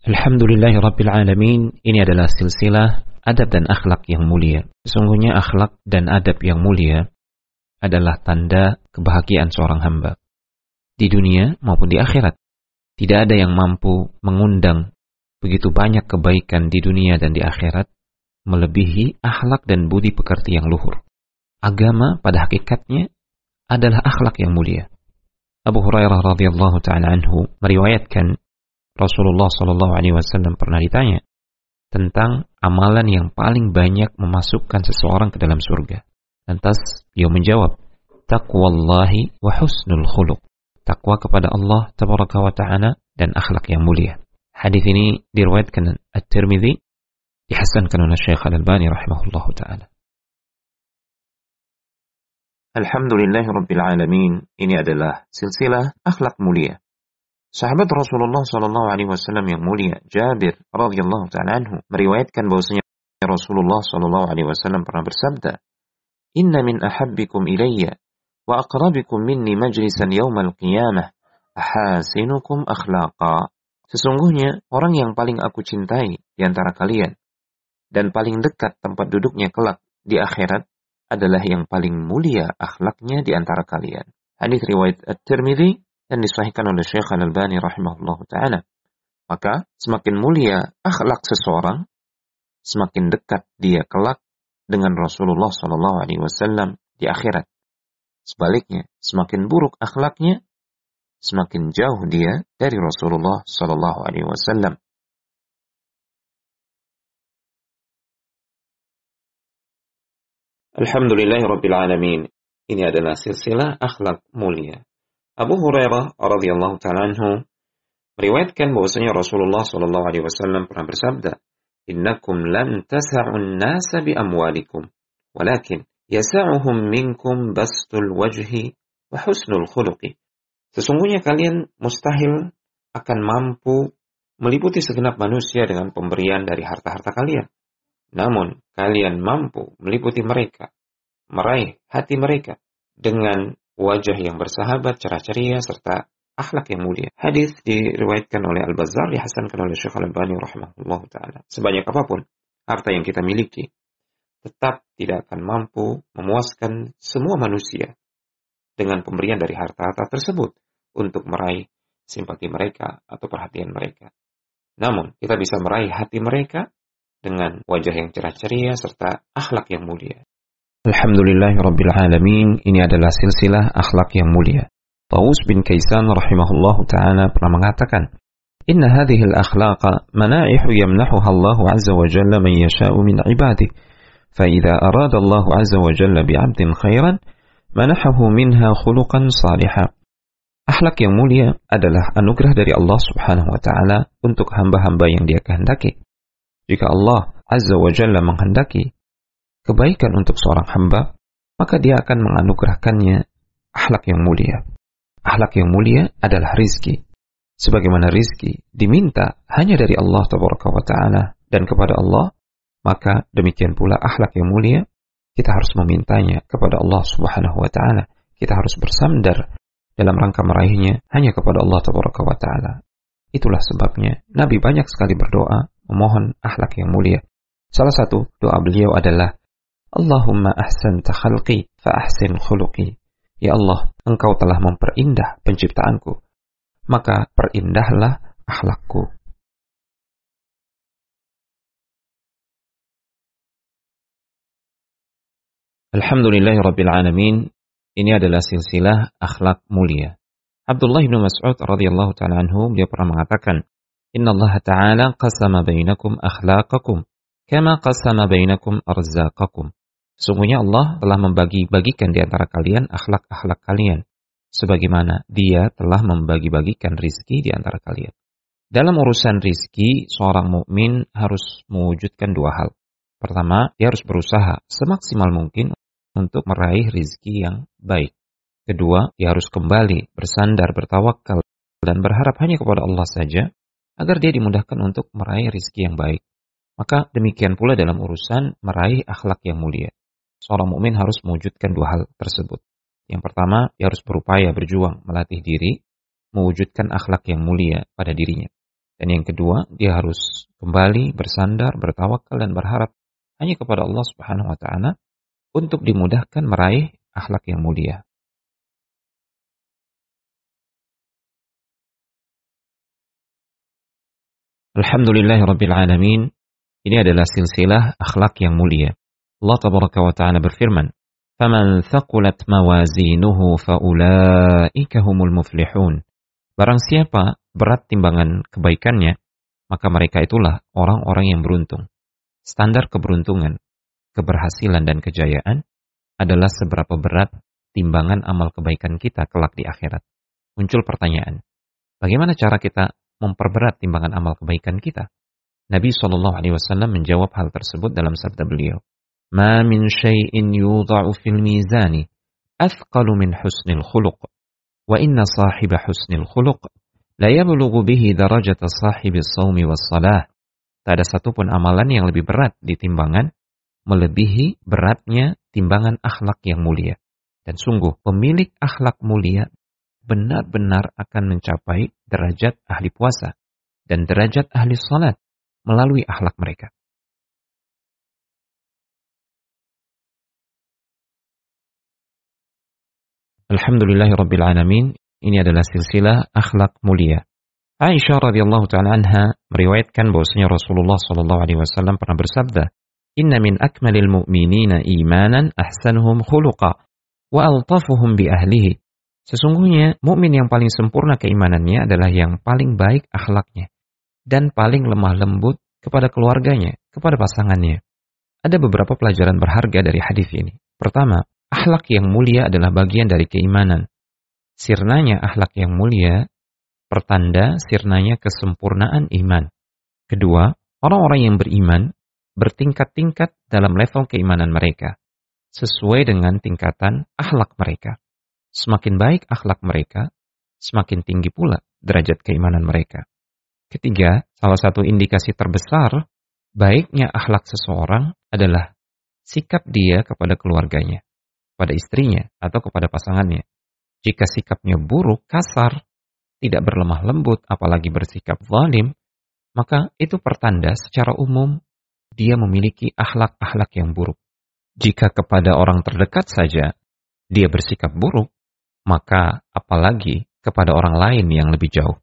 Alhamdulillahirrabbilalamin. Ini adalah silsilah adab dan akhlak yang mulia. Sesungguhnya akhlak dan adab yang mulia adalah tanda kebahagiaan seorang hamba di dunia maupun di akhirat. Tidak ada yang mampu mengundang begitu banyak kebaikan di dunia dan di akhirat melebihi akhlak dan budi pekerti yang luhur. Agama pada hakikatnya adalah akhlak yang mulia. Abu Hurairah radhiyallahu taala anhu meriwayatkan Rasulullah sallallahu alaihi wasallam pernah ditanya tentang amalan yang paling banyak memasukkan seseorang ke dalam surga. Lantas dia menjawab, taqwallahi wa husnul khuluq. Takwa kepada Allah tabaraka wa ta'ala dan akhlak yang mulia. Hadis ini diriwayatkan At-Tirmidzi, dihasankan oleh Syekh Al-Albani rahimahullahu taala. Alhamdulillahirabbil alamin. Ini adalah silsilah akhlak mulia. Sahabat Rasulullah sallallahu alaihi wasallam yang mulia, Jabir radhiyallahu ta'ala anhu, meriwayatkan bahwasanya Rasulullah sallallahu alaihi wasallam pernah bersabda, "Inna min ahabbikum ilayya wa aqrabikum minni majlisan yaumal qiyamah ahasinukum akhlaqa." Sesungguhnya orang yang paling aku cintai di antara kalian dan paling dekat tempat duduknya kelak di akhirat adalah yang paling mulia akhlaknya di antara kalian. Hadis riwayat At-Tirmidzi dan disahihkan oleh Syekh Al-Albani rahimahullahu ta'ala. Maka semakin mulia akhlak seseorang, semakin dekat dia kelak dengan Rasulullah sallallahu alaihi wasallam di akhirat. Sebaliknya, semakin buruk akhlaknya, semakin jauh dia dari Rasulullah sallallahu alaihi wasallam. Alhamdulillahirabbil alamin. Ini adalah silsilah akhlak mulia. Abu Hurairah radhiyallahu ta'ala anhu meriwayatkan bahwasanya Rasulullah sallallahu alaihi wasallam pernah bersabda, "Innakum lan tas'un nasa bi amwalikum, walakin yas'uhum minkum bastul wajhi wa husnul khuluqi." Sesungguhnya kalian mustahil akan mampu meliputi segenap manusia dengan pemberian dari harta-harta kalian. Namun kalian mampu meliputi mereka, meraih hati mereka dengan wajah yang bersahabat, cerah ceria, serta akhlak yang mulia. Hadis diriwayatkan oleh Al-Bazzar, dihasankan oleh Syekh Al-Albani rahimahullahu ta'ala. Sebanyak apapun harta yang kita miliki, tetap tidak akan mampu memuaskan semua manusia dengan pemberian dari harta-harta tersebut untuk meraih simpati mereka atau perhatian mereka. Namun, kita bisa meraih hati mereka dengan wajah yang cerah ceria serta akhlak yang mulia. Alhamdulillahirabbil alamin. Ini adalah silsilah akhlak yang mulia. Tawus bin Kaisan rahimahullahu ta'ala pernah mengatakan, "Inna hadhihi al-akhlaqa mana'ihu yamnahuha Allah 'azza wa jalla man yasha'u min 'ibadihi. Fa idza arada Allah 'azza wa jalla bi'abdin khairan, manahahu minha khuluqan salihah." Akhlak yang mulia adalah anugerah dari Allah Subhanahu wa ta'ala untuk hamba-hamba yang Dia kehendaki. Jika Allah 'azza wa jalla menghendaki kebaikan untuk seorang hamba, maka Dia akan menganugerahkannya akhlak yang mulia. Akhlak yang mulia adalah rizki. Sebagaimana rizki diminta hanya dari Allah tabaraka wa ta'ala dan kepada Allah, maka demikian pula akhlak yang mulia kita harus memintanya kepada Allah subhanahu wa ta'ala. Kita harus bersandar dalam rangka meraihnya hanya kepada Allah tabaraka wa ta'ala. Itulah sebabnya Nabi banyak sekali berdoa memohon akhlak yang mulia. Salah satu doa beliau adalah, Allahumma ahsanta khalqi fa ahsin khuluqi. Ya Allah, Engkau telah memperindah penciptaanku, maka perindahlah akhlakku. Alhamdulillahirabbil alamin. Ini adalah silsilah akhlak mulia. Abdullah bin Mas'ud radhiyallahu ta'ala anhu, beliau pernah mengatakan, "Inna Allah ta'ala qasama bainakum akhlaqakum kama qasama bainakum arzaqakum." Sesungguhnya Allah telah membagi-bagikan di antara kalian akhlak-akhlak kalian, sebagaimana Dia telah membagi-bagikan rizki di antara kalian. Dalam urusan rizki, seorang mukmin harus mewujudkan dua hal. Pertama, dia harus berusaha semaksimal mungkin untuk meraih rizki yang baik. Kedua, dia harus kembali bersandar, bertawakal, dan berharap hanya kepada Allah saja, agar dia dimudahkan untuk meraih rizki yang baik. Maka demikian pula dalam urusan meraih akhlak yang mulia. Seorang mukmin harus mewujudkan dua hal tersebut. Yang pertama, dia harus berupaya berjuang melatih diri, mewujudkan akhlak yang mulia pada dirinya. Dan yang kedua, dia harus kembali bersandar, bertawakal dan berharap hanya kepada Allah Subhanahu wa taala untuk dimudahkan meraih akhlak yang mulia. Alhamdulillahirabbil alamin. Ini adalah silsilah akhlak yang mulia. Allah tabaraka wa taala berfirman, "Faman thaqulat mawazinuhu faulaika humul muflihun." Barang siapa berat timbangan kebaikannya, maka mereka itulah orang-orang yang beruntung. Standar keberuntungan, keberhasilan dan kejayaan adalah seberapa berat timbangan amal kebaikan kita kelak di akhirat. Muncul pertanyaan, bagaimana cara kita memperberat timbangan amal kebaikan kita? Nabi SAW menjawab hal tersebut dalam sabda beliau, "Ma min syai'in yudha'u fil mizani athqalu min husnil khuluq, wa inna sahiba husnil khuluq la yablughu bihi darajata sahibis shaumi was shalah." Tak ada satupun amalan yang lebih berat di timbangan melebihi beratnya timbangan akhlak yang mulia. Dan sungguh pemilik akhlak mulia benar-benar akan mencapai derajat ahli puasa dan derajat ahli salat melalui akhlak mereka. Alhamdulillahirabbil alamin. Ini adalah silsilah akhlak mulia. Aisyah radhiyallahu taala anha meriwayatkan bahwasanya Rasulullah sallallahu alaihi wasallam pernah bersabda, "Inna min akmalil mu'minina imanan ahsanuhum khuluqa wa altafuhum bi ahlihi." Sesungguhnya mukmin yang paling sempurna keimanannya adalah yang paling baik akhlaknya dan paling lemah lembut kepada keluarganya, kepada pasangannya. Ada beberapa pelajaran berharga dari hadis ini. Pertama, akhlak yang mulia adalah bagian dari keimanan. Sirnanya akhlak yang mulia pertanda sirnanya kesempurnaan iman. Kedua, orang-orang yang beriman bertingkat-tingkat dalam level keimanan mereka, sesuai dengan tingkatan akhlak mereka. Semakin baik akhlak mereka, semakin tinggi pula derajat keimanan mereka. Ketiga, salah satu indikasi terbesar baiknya akhlak seseorang adalah sikap dia kepada keluarganya, pada istrinya atau kepada pasangannya. Jika sikapnya buruk, kasar, tidak berlemah lembut, apalagi bersikap zalim, maka itu pertanda secara umum dia memiliki akhlak-akhlak yang buruk. Jika kepada orang terdekat saja dia bersikap buruk, maka apalagi kepada orang lain yang lebih jauh.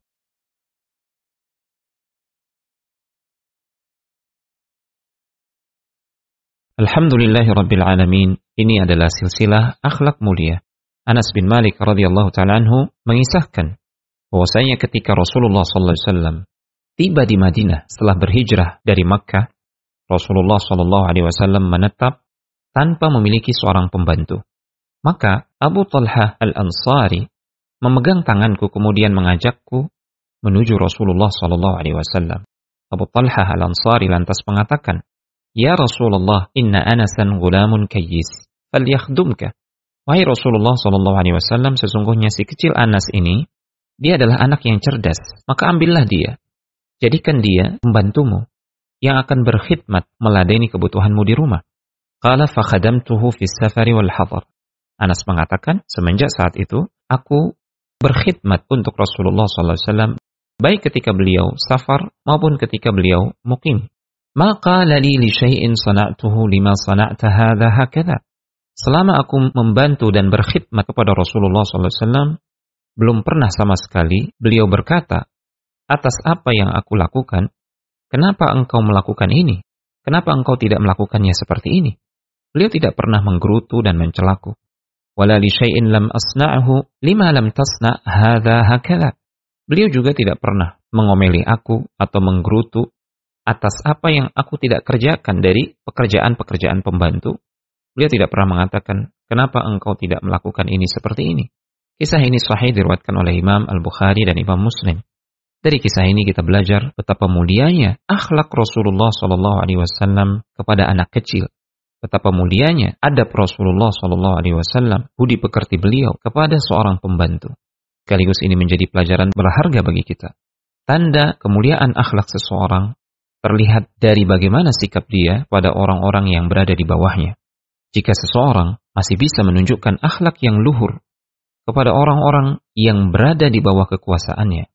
Alhamdulillahirabbil alamin. Ini adalah silsilah akhlak mulia. Anas bin Malik radhiyallahu taala anhu mengisahkan bahwasanya ketika Rasulullah sallallahu alaihi wasallam tiba di Madinah setelah berhijrah dari Makkah, Rasulullah sallallahu alaihi wasallam menetap tanpa memiliki seorang pembantu. Maka Abu Talhah Al-Ansari memegang tanganku kemudian mengajakku menuju Rasulullah sallallahu alaihi wasallam. Abu Talhah Al-Ansari lantas mengatakan, "Ya Rasulullah, inna Anasan gulamun kayyis, falyakhdumka." Wahai Rasulullah sallallahu alaihi wasallam, sesungguhnya si kecil Anas ini, dia adalah anak yang cerdas, maka ambillah dia. Jadikan dia membantumu yang akan berkhidmat meladeni kebutuhanmu di rumah. Qala fakhadamtuhu fis safari wal hadar. Anas mengatakan, semenjak saat itu aku berkhidmat untuk Rasulullah sallallahu alaihi wasallam baik ketika beliau safar maupun ketika beliau mukim. Ma qala li syai'in sana'tuhu lima sana'ta hadha hakadha. Selama aku membantu dan berkhidmat kepada Rasulullah sallallahu alaihi wasallam, belum pernah sama sekali beliau berkata, "Atas apa yang aku lakukan, kenapa engkau melakukan ini? Kenapa engkau tidak melakukannya seperti ini?" Beliau tidak pernah menggerutu dan mencelaku. "Wala li syai'in lam asna'hu lima lam tasna' hadha hakadha." Beliau juga tidak pernah mengomeli aku atau menggerutu atas apa yang aku tidak kerjakan dari pekerjaan-pekerjaan pembantu. Beliau tidak pernah mengatakan, "Kenapa engkau tidak melakukan ini seperti ini?" Kisah ini sahih diriwayatkan oleh Imam Al-Bukhari dan Imam Muslim. Dari kisah ini kita belajar betapa mulianya akhlak Rasulullah sallallahu alaihi wasallam kepada anak kecil. Betapa mulianya adab Rasulullah sallallahu alaihi wasallam, budi pekerti beliau kepada seorang pembantu. Sekaligus ini menjadi pelajaran berharga bagi kita. Tanda kemuliaan akhlak seseorang terlihat dari bagaimana sikap dia pada orang-orang yang berada di bawahnya. Jika seseorang masih bisa menunjukkan akhlak yang luhur kepada orang-orang yang berada di bawah kekuasaannya,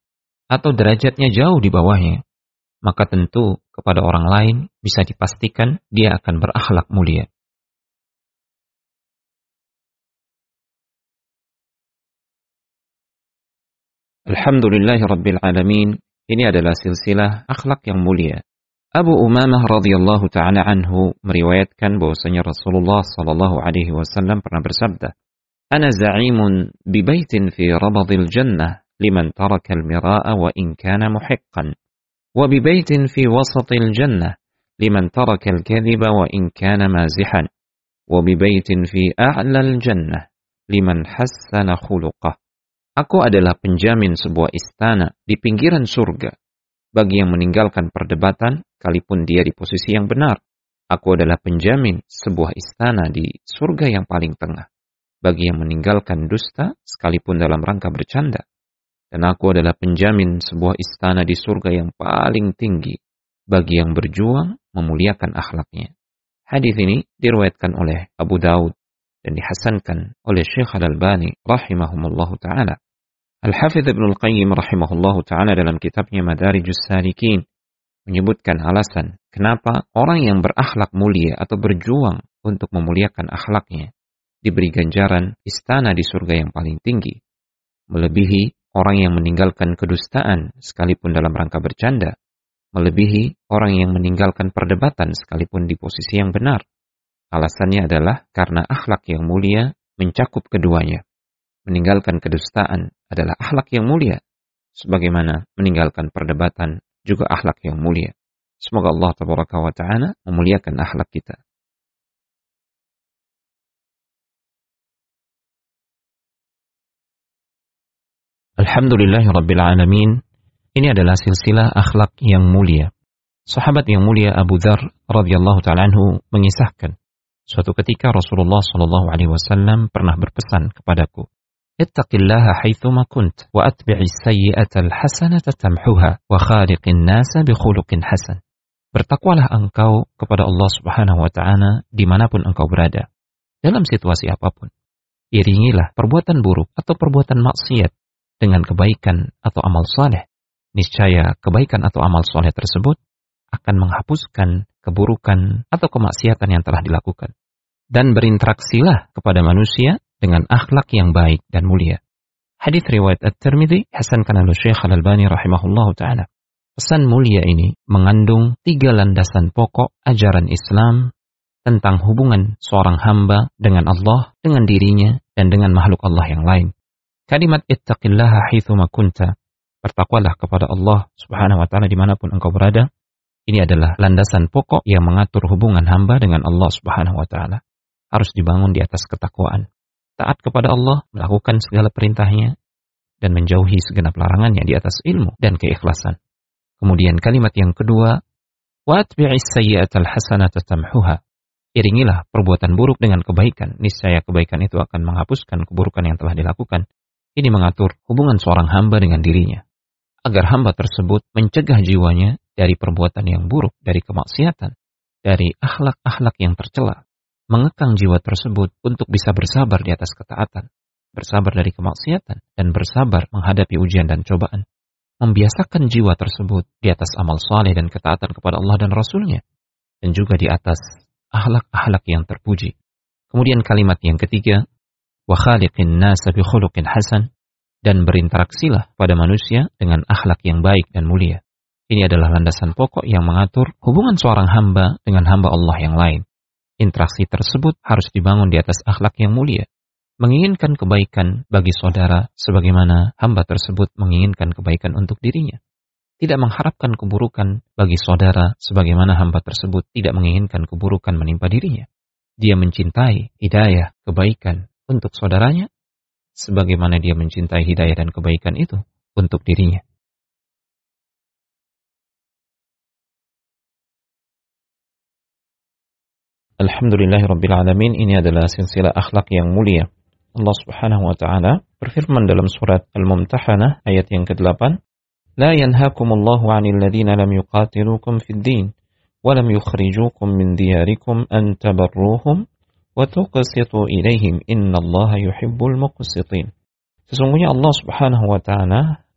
atau derajatnya jauh di bawahnya, maka tentu kepada orang lain bisa dipastikan dia akan berakhlak mulia. Alhamdulillahirabbil alamin. Ini adalah silsilah akhlak yang mulia. Abu Umamah radhiyallahu ta'ala anhu meriwayatkan bahwasanya Rasulullah sallallahu alaihi wasallam pernah bersabda, "Ana za'imun bi baitin fi rabadil jannah liman taraka al-mira'a wa in kana muhiqqan, wa bi baitin fi wasatil jannah liman taraka al-kadhiba wa in kana mazihan, wa bi baitin fi a'la al-jannah liman hassana khuluqah." Aku adalah penjamin sebuah istana di pinggiran surga bagi yang meninggalkan perdebatan, kalipun dia di posisi yang benar. Aku adalah penjamin sebuah istana di surga yang paling tengah bagi yang meninggalkan dusta, sekalipun dalam rangka bercanda. Dan aku adalah penjamin sebuah istana di surga yang paling tinggi bagi yang berjuang memuliakan akhlaknya. Hadis ini diriwayatkan oleh Abu Daud dan dihasankan oleh Syekh Al-Albani rahimahumullahu ta'ala. Al-Hafidh Ibnu Al-Qayyim rahimahullahu ta'ala dalam kitabnya Madarijus Salikin menyebutkan alasan kenapa orang yang berakhlak mulia atau berjuang untuk memuliakan akhlaknya diberi ganjaran istana di surga yang paling tinggi, melebihi orang yang meninggalkan kedustaan sekalipun dalam rangka bercanda, melebihi orang yang meninggalkan perdebatan sekalipun di posisi yang benar. Alasannya adalah karena akhlak yang mulia mencakup keduanya. Meninggalkan kedustaan adalah akhlak yang mulia, sebagaimana meninggalkan perdebatan juga akhlak yang mulia. Semoga Allah tabaraka wa ta'ala memuliakan akhlak kita. Alhamdulillahirabbil alamin. Ini adalah silsilah akhlak yang mulia. Sahabat yang mulia Abu Dzar radhiyallahu ta'ala anhu mengisahkan, suatu ketika Rasulullah sallallahu alaihi wasallam pernah berpesan kepadaku, "Ittaqillaha haitsuma kunt wa atbi'is sayyi'atal hasanata tamhuha wa khaliqin nasa bi khuluqin hasan." Bertakwalah engkau kepada Allah Subhanahu wa ta'ala dimanapun engkau berada, dalam situasi apapun. Iringilah perbuatan buruk atau perbuatan maksiat dengan kebaikan atau amal saleh. Niscaya kebaikan atau amal saleh tersebut akan menghapuskan keburukan atau kemaksiatan yang telah dilakukan. Dan berinteraksilah kepada manusia dengan akhlak yang baik dan mulia. Hadits riwayat At-Tirmidzi hasankan oleh Syekh Al-Albani rahimahullahu ta'ala. Pesan mulia ini mengandung 3 landasan pokok ajaran Islam tentang hubungan seorang hamba dengan Allah, dengan dirinya, dan dengan makhluk Allah yang lain. Kalimat ittaqillaha haitsuma kunta, bertakwalah kepada Allah Subhanahu wa ta'ala dimanapun engkau berada. Ini adalah landasan pokok yang mengatur hubungan hamba dengan Allah Subhanahu wa ta'ala. Harus dibangun di atas ketakwaan. Taat kepada Allah, melakukan segala perintahnya, dan menjauhi segenap larangannya di atas ilmu dan keikhlasan. Kemudian kalimat yang kedua, وَأَتْبِعِ السَّيِّئَةَ الْحَسَنَةَ تَمْحُهَا. Iringilah perbuatan buruk dengan kebaikan, niscaya kebaikan itu akan menghapuskan keburukan yang telah dilakukan. Ini mengatur hubungan seorang hamba dengan dirinya, agar hamba tersebut mencegah jiwanya dari perbuatan yang buruk, dari kemaksiatan, dari akhlak-akhlak yang tercela. Mengekang jiwa tersebut untuk bisa bersabar di atas ketaatan, bersabar dari kemaksiatan, dan bersabar menghadapi ujian dan cobaan. Membiasakan jiwa tersebut di atas amal saleh dan ketaatan kepada Allah dan Rasul-Nya, dan juga di atas akhlak-akhlak yang terpuji. Kemudian kalimat yang ketiga, wa khaliqin nasa bi khuluqin hasan, dan berinteraksilah pada manusia dengan akhlak yang baik dan mulia. Ini adalah landasan pokok yang mengatur hubungan seorang hamba dengan hamba Allah yang lain. Interaksi tersebut harus dibangun di atas akhlak yang mulia. Menginginkan kebaikan bagi saudara sebagaimana hamba tersebut menginginkan kebaikan untuk dirinya. Tidak mengharapkan keburukan bagi saudara sebagaimana hamba tersebut tidak menginginkan keburukan menimpa dirinya. Dia mencintai hidayah, kebaikan untuk saudaranya sebagaimana dia mencintai hidayah dan kebaikan itu untuk dirinya. Alhamdulillahirabbil alamin. Ini adalah silsilah akhlak yang mulia. Allah Subhanahu wa ta'ala berfirman dalam surat Al-Mumtahanah ayat yang ke-8, "La yanhakumullahu 'anil ladzina lam yuqatilukum fid din wa lam yukhrijukum min diyarikum an tabarruhum wa tuqsitu ilaihim innallaha yuhibbul muqsitin." Sesungguhnya Allah Subhanahu wa ta'ala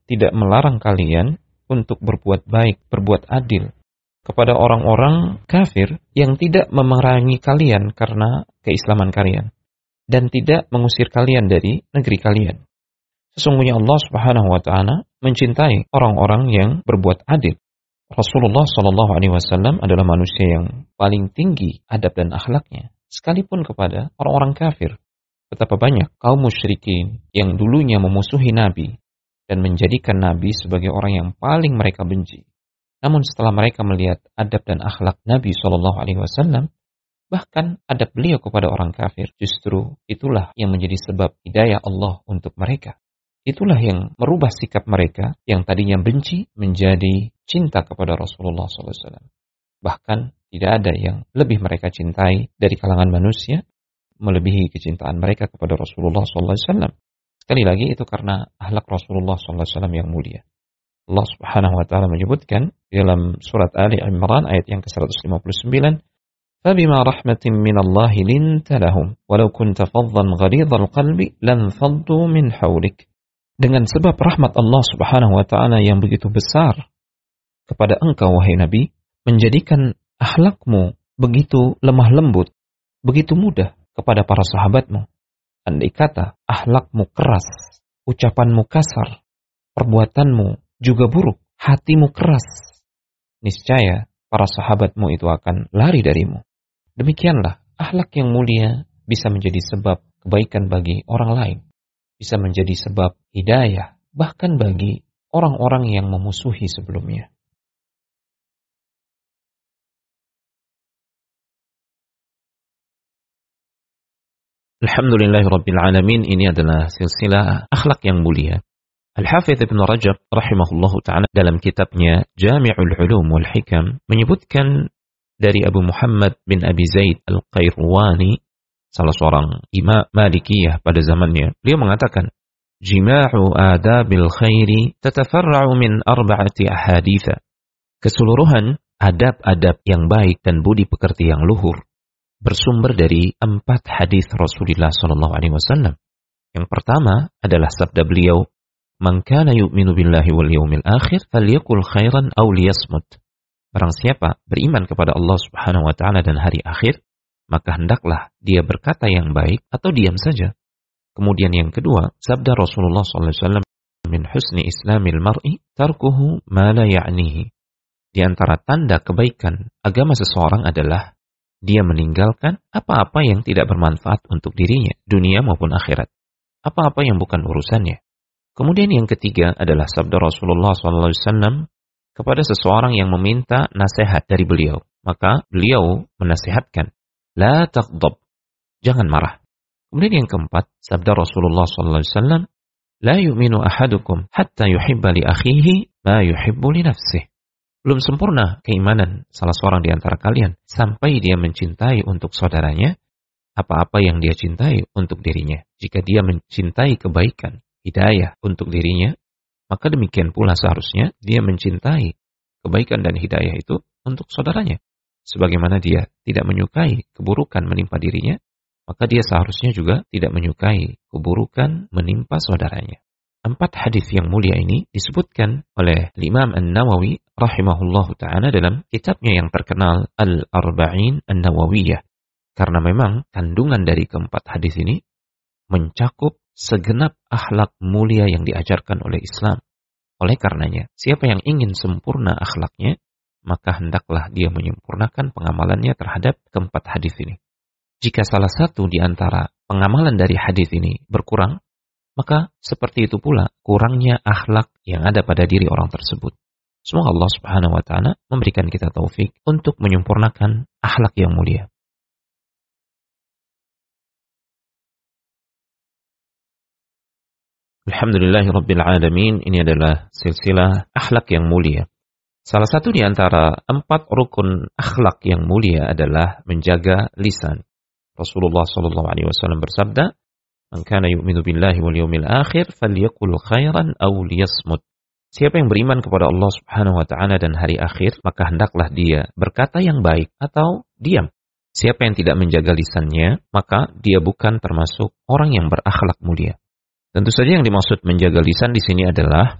tidak melarang kalian untuk berbuat baik, berbuat adil kepada orang-orang kafir yang tidak memerangi kalian karena keislaman kalian dan tidak mengusir kalian dari negeri kalian. Sesungguhnya Allah Subhanahu wa taala mencintai orang-orang yang berbuat adil. Rasulullah Shallallahu alaihi wasallam adalah manusia yang paling tinggi adab dan akhlaknya, sekalipun kepada orang-orang kafir. Betapa banyak kaum musyrikin yang dulunya memusuhi Nabi dan menjadikan Nabi sebagai orang yang paling mereka benci. Namun setelah mereka melihat adab dan akhlak Nabi Shallallahu alaihi wasallam, bahkan adab beliau kepada orang kafir, justru itulah yang menjadi sebab hidayah Allah untuk mereka. Itulah yang merubah sikap mereka yang tadinya benci menjadi cinta kepada Rasulullah SAW. Bahkan tidak ada yang lebih mereka cintai dari kalangan manusia melebihi kecintaan mereka kepada Rasulullah SAW. Sekali lagi itu karena akhlak Rasulullah SAW yang mulia. Allah Subhanahu wa taala menyebutkan dalam surat Ali Imran ayat yang ke-159, فَبِمَا رَحْمَةٍ مِّنَ اللَّهِ لِنْتَ لَهُمْ وَلَوْ كُنْتَ فَظًّا غَلِيظَ الْقَلْبِ لَانفَضُّوا مِنْ حَوْلِكَ. Dengan sebab rahmat Allah Subhanahu wa taala yang begitu besar kepada engkau wahai Nabi, menjadikan akhlakmu begitu lemah lembut, begitu mudah kepada para sahabatmu. Andai kata akhlakmu keras, ucapanmu kasar, perbuatanmu juga buruk, hatimu keras, niscaya para sahabatmu itu akan lari darimu. Demikianlah akhlak yang mulia bisa menjadi sebab kebaikan bagi orang lain, bisa menjadi sebab hidayah bahkan bagi orang-orang yang memusuhi sebelumnya. Alhamdulillahirrabbilalamin, ini adalah silsilah akhlak yang mulia. Al-Hafidh Ibn Rajab rahimahullahu ta'ala dalam kitabnya Jami'ul Ulum wal Hikam menyebutkan dari Abu Muhammad bin Abi Zaid Al-Qayrawani, salah seorang imam Malikiyah pada zamannya. Beliau mengatakan, Jima'u adabil khairi tatafarra'u min arba'ati ahaditha. Keseluruhan adab-adab yang baik dan budi pekerti yang luhur bersumber dari 4 hadis Rasulullah SAW. Yang pertama adalah sabda beliau, Man kana yu'minu billahi wal yawmil akhir falyakul khairan aw liyasmut. Barang siapa beriman kepada Allah Subhanahu wa taala dan hari akhir, maka hendaklah dia berkata yang baik atau diam saja. Kemudian yang kedua, sabda Rasulullah SAW, Min husni islamil mar'i tarkuhu ma la ya'nihi. Di antara tanda kebaikan agama seseorang adalah dia meninggalkan apa-apa yang tidak bermanfaat untuk dirinya, dunia maupun akhirat. Apa-apa yang bukan urusannya. Kemudian yang ketiga adalah sabda Rasulullah SAW kepada seseorang yang meminta nasihat dari beliau. Maka beliau menasihatkan, La taghdab, jangan marah. Kemudian yang keempat, sabda Rasulullah SAW, La yu'minu ahadukum hatta yuhibba li akhihi ma yuhibbu li nafsih. Belum sempurna keimanan salah seorang di antara kalian sampai dia mencintai untuk saudaranya apa-apa yang dia cintai untuk dirinya. Jika dia mencintai kebaikan, hidayah untuk dirinya, maka demikian pula seharusnya dia mencintai kebaikan dan hidayah itu untuk saudaranya. Sebagaimana dia tidak menyukai keburukan menimpa dirinya, maka dia seharusnya juga tidak menyukai keburukan menimpa saudaranya. 4 hadis yang mulia ini disebutkan oleh Imam An-Nawawi rahimahullahu ta'ala dalam kitabnya yang terkenal Al-Arba'in An-Nawawiyah. Karena memang kandungan dari keempat hadis ini mencakup segenap akhlak mulia yang diajarkan oleh Islam. Oleh karenanya, siapa yang ingin sempurna akhlaknya, maka hendaklah dia menyempurnakan pengamalannya terhadap keempat hadis ini. Jika salah satu di antara pengamalan dari hadis ini berkurang, maka seperti itu pula kurangnya akhlak yang ada pada diri orang tersebut. Semoga Allah Subhanahu wa taala memberikan kita taufik untuk menyempurnakan akhlak yang mulia. Alhamdulillahirabbil alamin, ini adalah silsilah akhlak yang mulia. Salah satu di antara 4 rukun akhlak yang mulia adalah menjaga lisan. Rasulullah sallallahu alaihi wasallam bersabda, Man kana yu'minu billahi wal yawmil akhir falyaqul khairan aw liyasmut. Siapa yang beriman kepada Allah Subhanahu wa taala dan hari akhir, maka hendaklah dia berkata yang baik atau diam. Siapa yang tidak menjaga lisannya, maka dia bukan termasuk orang yang berakhlak mulia. Tentu saja yang dimaksud menjaga lisan di sini adalah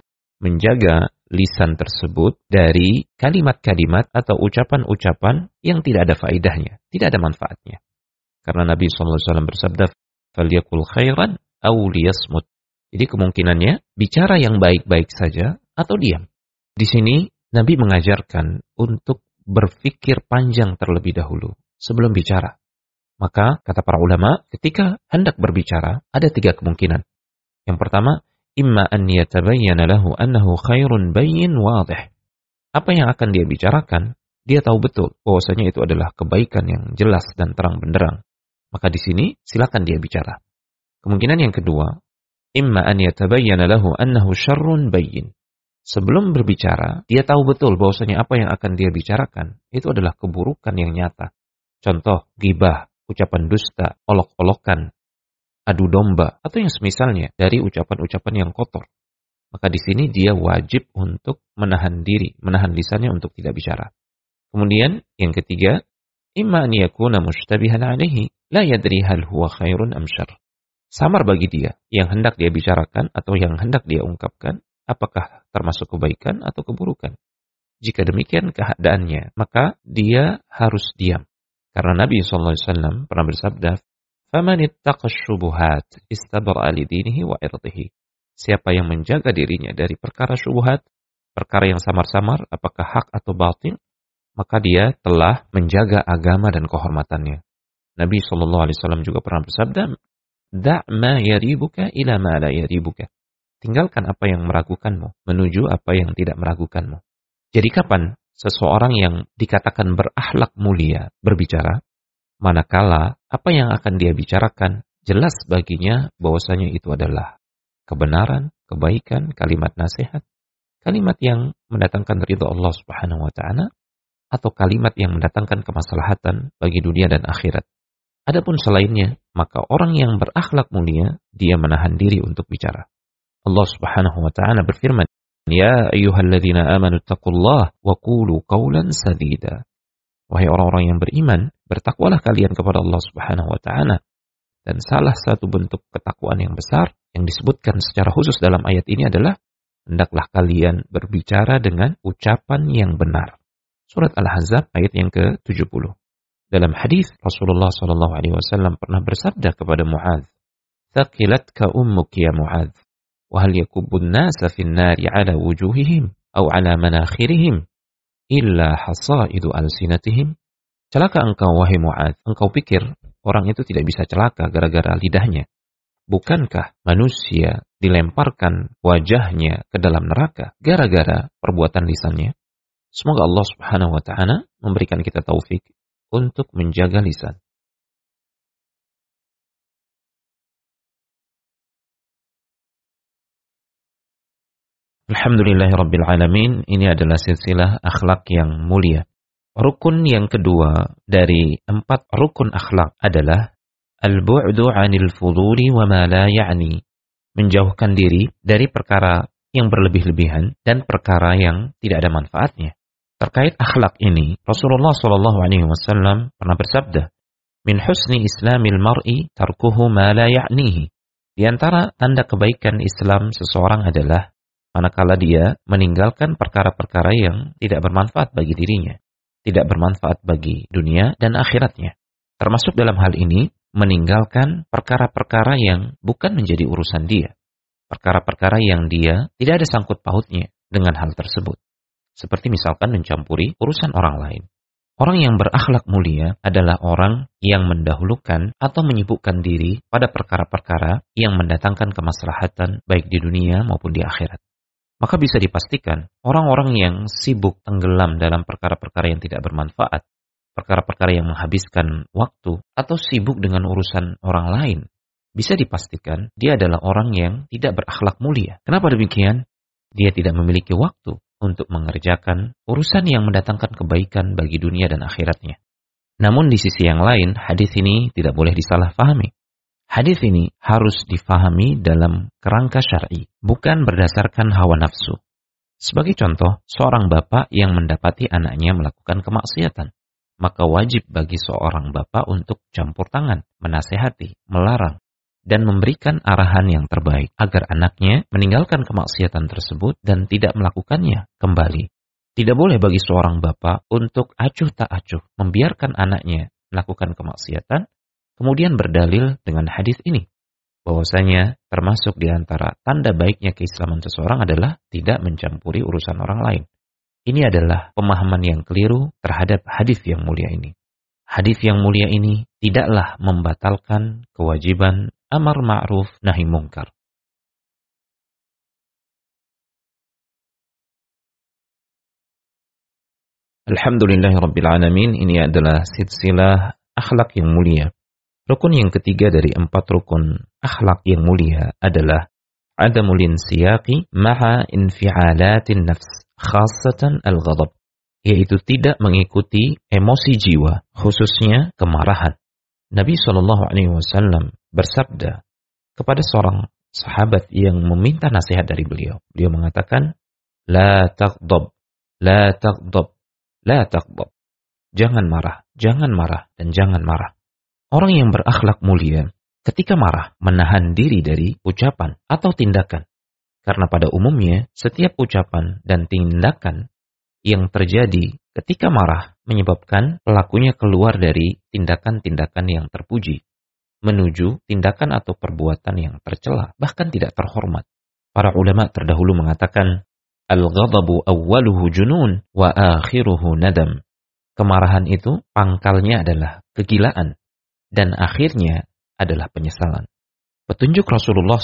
menjaga lisan tersebut dari kalimat-kalimat atau ucapan-ucapan yang tidak ada faedahnya, tidak ada manfaatnya. Karena Nabi SAW bersabda, "Falyakul khairan aw liyasmut." Jadi kemungkinannya bicara yang baik-baik saja atau diam. Di sini Nabi mengajarkan untuk berpikir panjang terlebih dahulu sebelum bicara. Maka kata para ulama, ketika hendak berbicara ada 3 kemungkinan. Yang pertama, imma an yatabayyana lahu annahu khairun bayyin wadih. Apa yang akan dia bicarakan, dia tahu betul bahwasanya itu adalah kebaikan yang jelas dan terang benderang. Maka di sini silakan dia bicara. Kemungkinan yang kedua, imma an yatabayyana lahu annahu syarrun bayyin. Sebelum berbicara, dia tahu betul bahwasanya apa yang akan dia bicarakan itu adalah keburukan yang nyata. Contoh, ghibah, ucapan dusta, olok-olokan, adu domba, atau yang semisalnya dari ucapan-ucapan yang kotor. Maka di sini dia wajib untuk menahan diri, menahan lisannya untuk tidak bicara. Kemudian yang ketiga, imma an yakuna mushtabihan alaihi, la yadri hal huwa khairun am syarr. Samar bagi dia yang hendak dia bicarakan atau yang hendak dia ungkapkan, apakah termasuk kebaikan atau keburukan. Jika demikian keadaannya, maka dia harus diam. Karena Nabi SAW pernah bersabda, "Faman ittaqa syubuhat istabra'a li dinihi wa irdihi." Siapa yang menjaga dirinya dari perkara syubhat, perkara yang samar-samar, apakah hak atau batin, maka dia telah menjaga agama dan kehormatannya. Nabi SAW juga pernah bersabda, "Da' ma yaribuka ila ma la yaribuka." Tinggalkan apa yang meragukanmu, menuju apa yang tidak meragukanmu. Jadi kapan seseorang yang dikatakan berakhlak mulia berbicara? Manakala apa yang akan dia bicarakan jelas baginya bahwasanya itu adalah kebenaran, kebaikan, kalimat nasihat, kalimat yang mendatangkan ridha Allah Subhanahu wa taala, atau kalimat yang mendatangkan kemaslahatan bagi dunia dan akhirat. Adapun selainnya, maka orang yang berakhlak mulia dia menahan diri untuk bicara. Allah Subhanahu wa taala berfirman, "Ya ayyuhalladzina amanu taqullaha wa qulu qawlan sadida." Wahai orang-orang yang beriman, bertakwalah kalian kepada Allah Subhanahu wa taala. Dan salah satu bentuk ketakwaan yang besar yang disebutkan secara khusus dalam ayat ini adalah hendaklah kalian berbicara dengan ucapan yang benar. Surat Al-Ahzab ayat yang ke-70. Dalam hadis Rasulullah SAW pernah bersabda kepada Mu'adz, "Thaqilatka ummuki ya Mu'adz, wa hal yakubbun nasa fin nari ala wujuhihim aw ala manakhirihim illa hasaidu alsinatihim." Celaka engkau wahai Mu'adz, engkau pikir orang itu tidak bisa celaka gara-gara lidahnya. Bukankah manusia dilemparkan wajahnya ke dalam neraka gara-gara perbuatan lisannya? Semoga Allah Subhanahu wa taala memberikan kita taufik untuk menjaga lisan. Alhamdulillahirabbil alamin, ini adalah silsilah akhlak yang mulia. Rukun yang kedua dari 4 rukun akhlak adalah al-bu'du 'anil fuduli wa ma la ya'ni. Menjauhkan diri dari perkara yang berlebih-lebihan dan perkara yang tidak ada manfaatnya. Terkait akhlak ini, Rasulullah SAW pernah bersabda, "Min husni islamil mar'i tarkuhu ma la ya'nihi." Di antara tanda kebaikan Islam seseorang adalah manakala dia meninggalkan perkara-perkara yang tidak bermanfaat bagi dirinya, tidak bermanfaat bagi dunia dan akhiratnya. Termasuk dalam hal ini, meninggalkan perkara-perkara yang bukan menjadi urusan dia. Perkara-perkara yang dia tidak ada sangkut pautnya dengan hal tersebut. Seperti misalkan mencampuri urusan orang lain. Orang yang berakhlak mulia adalah orang yang mendahulukan atau menyibukkan diri pada perkara-perkara yang mendatangkan kemaslahatan baik di dunia maupun di akhirat. Maka bisa dipastikan orang-orang yang sibuk tenggelam dalam perkara-perkara yang tidak bermanfaat, perkara-perkara yang menghabiskan waktu, atau sibuk dengan urusan orang lain, bisa dipastikan dia adalah orang yang tidak berakhlak mulia. Kenapa demikian? Dia tidak memiliki waktu untuk mengerjakan urusan yang mendatangkan kebaikan bagi dunia dan akhiratnya. Namun di sisi yang lain, hadis ini tidak boleh disalahpahami. Hadis ini harus difahami dalam kerangka syar'i, bukan berdasarkan hawa nafsu. Sebagai contoh, seorang bapak yang mendapati anaknya melakukan kemaksiatan, maka wajib bagi seorang bapak untuk campur tangan, menasehati, melarang. dan memberikan arahan yang terbaik agar anaknya meninggalkan kemaksiatan tersebut dan tidak melakukannya kembali. Tidak boleh bagi seorang bapak untuk acuh tak acuh membiarkan anaknya melakukan kemaksiatan, kemudian berdalil dengan hadis ini, bahwasanya termasuk di antara tanda baiknya keislaman seseorang adalah tidak mencampuri urusan orang lain. Ini adalah pemahaman yang keliru terhadap hadis yang mulia ini. Hadis yang mulia ini tidaklah membatalkan kewajiban amar ma'ruf nahi mungkar. Alhamdulillahirabbil alamin, ini adalah silsilah akhlak yang mulia. Rukun yang ketiga dari 4 rukun akhlak yang mulia adalah adamul insiyaqi ma'a infi'alatin nafs, khassatan al-ghadab, yaitu tidak mengikuti emosi jiwa, khususnya kemarahan. Nabi SAW bersabda kepada seorang sahabat yang meminta nasihat dari beliau. Beliau mengatakan, La taghdab, la taghdab, la taghdab. Jangan marah, dan jangan marah. Orang yang berakhlak mulia, ketika marah, menahan diri dari ucapan atau tindakan. Karena pada umumnya, setiap ucapan dan tindakan yang terjadi ketika marah menyebabkan pelakunya keluar dari tindakan-tindakan yang terpuji, menuju tindakan atau perbuatan yang tercela, bahkan tidak terhormat. Para ulama terdahulu mengatakan, Al-ghadabu awwaluhu junun wa akhiruhu nadam. Kemarahan itu pangkalnya adalah kegilaan dan akhirnya adalah penyesalan. Petunjuk Rasulullah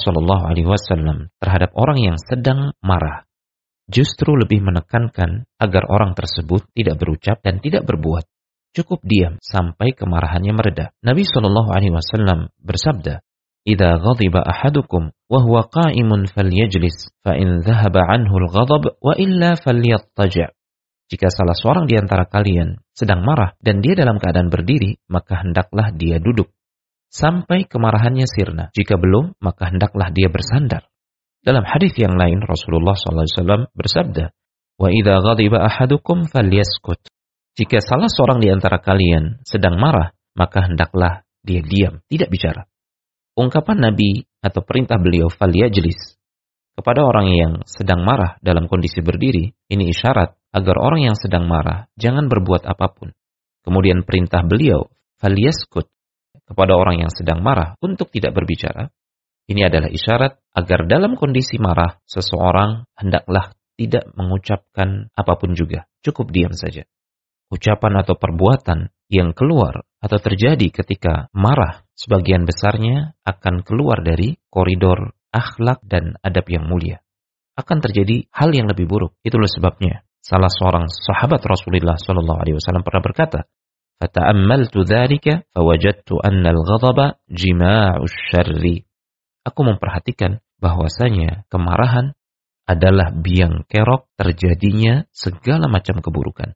SAW terhadap orang yang sedang marah justru lebih menekankan agar orang tersebut tidak berucap dan tidak berbuat. Cukup diam sampai kemarahannya mereda. Nabi SAW bersabda, "Idza ghadiba ahadukum wa huwa qa'imun falyajlis, fa in dhahaba 'anhu al-ghadab wa illa falyattaji'." Jika salah seorang di antara kalian sedang marah dan dia dalam keadaan berdiri, maka hendaklah dia duduk sampai kemarahannya sirna. Jika belum, maka hendaklah dia bersandar. Dalam hadis yang lain, Rasulullah SAW bersabda, "Wa idza ghadiba ahadukum falyaskut." Jika salah seorang di antara kalian sedang marah, maka hendaklah dia diam, tidak bicara. Ungkapan Nabi atau perintah beliau falyajlis kepada orang yang sedang marah dalam kondisi berdiri, ini isyarat agar orang yang sedang marah jangan berbuat apapun. Kemudian perintah beliau falyaskut kepada orang yang sedang marah untuk tidak berbicara. Ini adalah isyarat agar dalam kondisi marah seseorang hendaklah tidak mengucapkan apapun juga, cukup diam saja. Ucapan atau perbuatan yang keluar atau terjadi ketika marah sebagian besarnya akan keluar dari koridor akhlak dan adab yang mulia. Akan terjadi hal yang lebih buruk. Itulah sebabnya salah seorang sahabat Rasulullah SAW pernah berkata, "Fata'ammaltu dzalika fawajadtu anna al-ghadaba jima'u syarri." Aku memperhatikan bahwasanya kemarahan adalah biang kerok terjadinya segala macam keburukan.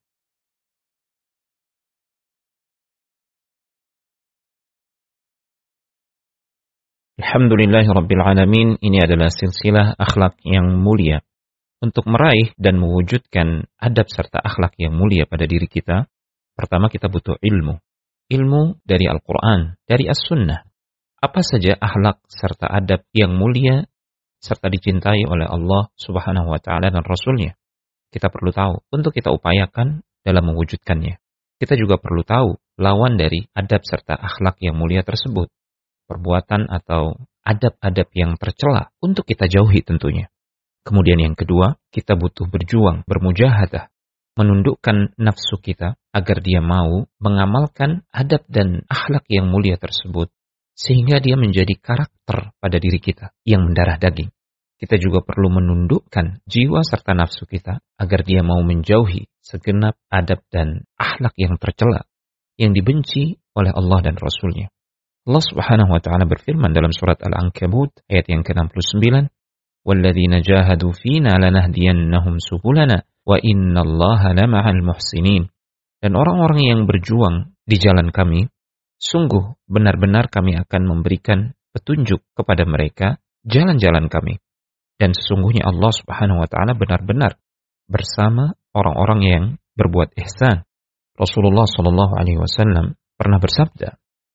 Alhamdulillahirabbil alamin, ini adalah silsilah akhlak yang mulia. Untuk meraih dan mewujudkan adab serta akhlak yang mulia pada diri kita, pertama kita butuh ilmu. Ilmu dari Al-Quran, dari As-Sunnah. Apa saja akhlak serta adab yang mulia serta dicintai oleh Allah Subhanahu wa Ta'ala dan Rasul-Nya. Kita perlu tahu untuk kita upayakan dalam mewujudkannya. Kita juga perlu tahu lawan dari adab serta akhlak yang mulia tersebut. Perbuatan atau adab-adab yang tercela untuk kita jauhi tentunya. Kemudian yang kedua, kita butuh berjuang, bermujahadah, menundukkan nafsu kita agar dia mau mengamalkan adab dan akhlak yang mulia tersebut, sehingga dia menjadi karakter pada diri kita yang mendarah daging. Kita juga perlu menundukkan jiwa serta nafsu kita agar dia mau menjauhi segenap adab dan akhlak yang tercela, yang dibenci oleh Allah dan Rasul-Nya. Allah Subhanahu wa Ta'ala berfirman dalam surat Al-Ankabut ayat yang ke-69, "Walladzina jahadu fina lanahdiyannahum subulana wa innallaha lama'al muhsinin." Dan orang-orang yang berjuang di jalan kami, sungguh benar-benar kami akan memberikan petunjuk kepada mereka jalan-jalan kami. Dan sesungguhnya Allah Subhanahu wa Ta'ala benar-benar bersama orang-orang yang berbuat ihsan. Rasulullah SAW pernah bersabda,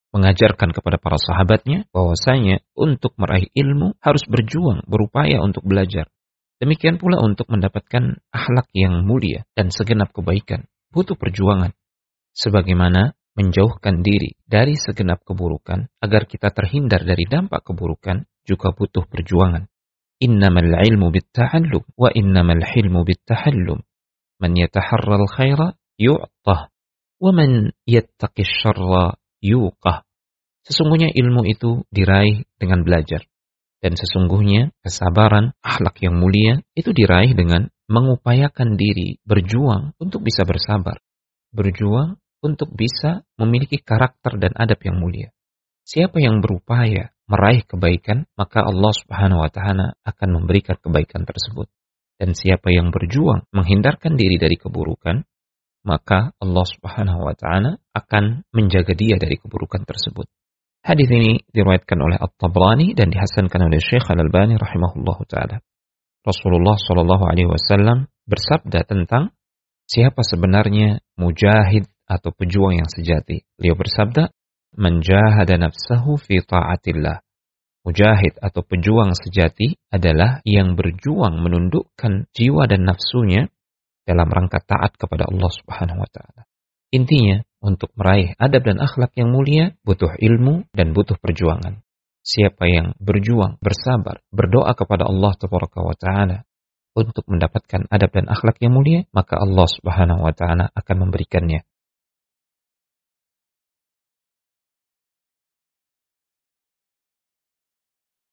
mengajarkan kepada para sahabatnya bahwasanya untuk meraih ilmu harus berjuang, berupaya untuk belajar. Demikian pula untuk mendapatkan akhlak yang mulia dan segenap kebaikan, butuh perjuangan. Sebagaimana menjauhkan diri dari segenap keburukan agar kita terhindar dari dampak keburukan juga butuh perjuangan. Innamal ilmu bitta'allum wa innamal hilmu bittahallum. Man yataharral khaira yu'tah wa man yattaqis syarra yuqah. Sesungguhnya ilmu itu diraih dengan belajar. Dan sesungguhnya kesabaran, akhlak yang mulia itu diraih dengan mengupayakan diri, berjuang untuk bisa bersabar. Berjuang untuk bisa memiliki karakter dan adab yang mulia. Siapa yang berupaya meraih kebaikan, maka Allah Subhanahu wa Ta'ala akan memberikan kebaikan tersebut. Dan siapa yang berjuang menghindarkan diri dari keburukan, maka Allah Subhanahu wa Ta'ala akan menjaga dia dari keburukan tersebut. Hadis ini diriwayatkan oleh At-Tabrani dan dihasankan oleh Syekh Al-Albani rahimahullahu taala. Rasulullah sallallahu alaihi wasallam bersabda tentang siapa sebenarnya mujahid atau pejuang yang sejati. Beliau bersabda, "Man jahada nafsahu fi ta'atillah." Mujahid atau pejuang sejati adalah yang berjuang menundukkan jiwa dan nafsunya dalam rangka taat kepada Allah Subhanahu wa taala. Intinya, untuk meraih adab dan akhlak yang mulia, butuh ilmu dan butuh perjuangan. Siapa yang berjuang, bersabar, berdoa kepada Allah Tabaraka wa Ta'ala untuk mendapatkan adab dan akhlak yang mulia, maka Allah Subhanahu wa Ta'ala akan memberikannya.